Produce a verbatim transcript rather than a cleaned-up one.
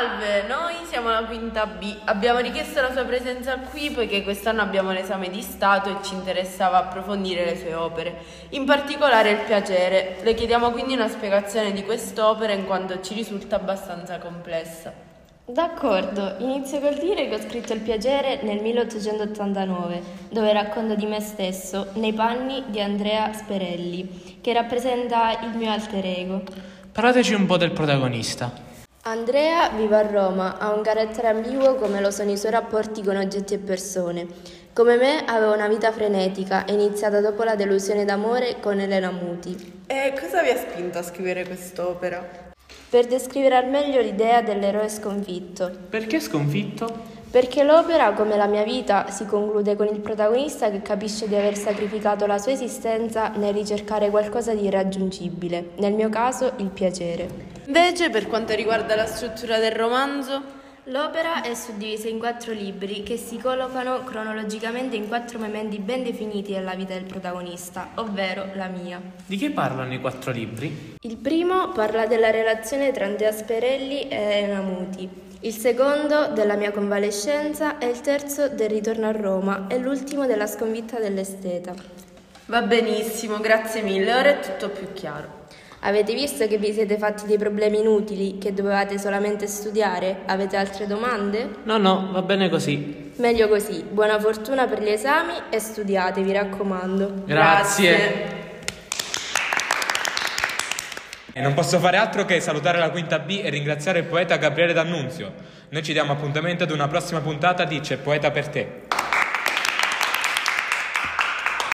Salve, noi siamo la quinta B. Abbiamo richiesto la sua presenza qui poiché quest'anno abbiamo l'esame di Stato e ci interessava approfondire le sue opere, in particolare il piacere. Le chiediamo quindi una spiegazione di quest'opera in quanto ci risulta abbastanza complessa. D'accordo, inizio col dire che ho scritto Il piacere nel milleottocentottantanove, dove racconto di me stesso nei panni di Andrea Sperelli, che rappresenta il mio alter ego. Parlateci un po' del protagonista. Andrea vive a Roma, ha un carattere ambiguo come lo sono i suoi rapporti con oggetti e persone. Come me aveva una vita frenetica, iniziata dopo la delusione d'amore con Elena Muti. E cosa vi ha spinto a scrivere quest'opera? Per descrivere al meglio l'idea dell'eroe sconfitto. Perché sconfitto? Perché l'opera, come la mia vita, si conclude con il protagonista che capisce di aver sacrificato la sua esistenza nel ricercare qualcosa di irraggiungibile, nel mio caso il piacere. Invece, per quanto riguarda la struttura del romanzo, l'opera è suddivisa in quattro libri che si collocano cronologicamente in quattro momenti ben definiti della vita del protagonista, ovvero la mia. Di che parlano i quattro libri? Il primo parla della relazione tra Andrea Sperelli e Elena Muti, il secondo della mia convalescenza e il terzo del ritorno a Roma e l'ultimo della sconfitta dell'esteta. Va benissimo, grazie mille, ora è tutto più chiaro. Avete visto che vi siete fatti dei problemi inutili, che dovevate solamente studiare? Avete altre domande? No, no, va bene così. Meglio così. Buona fortuna per gli esami e studiate, vi raccomando. Grazie. E non posso fare altro che salutare la quinta B e ringraziare il poeta Gabriele D'Annunzio. Noi ci diamo appuntamento ad una prossima puntata di C'è poeta per te.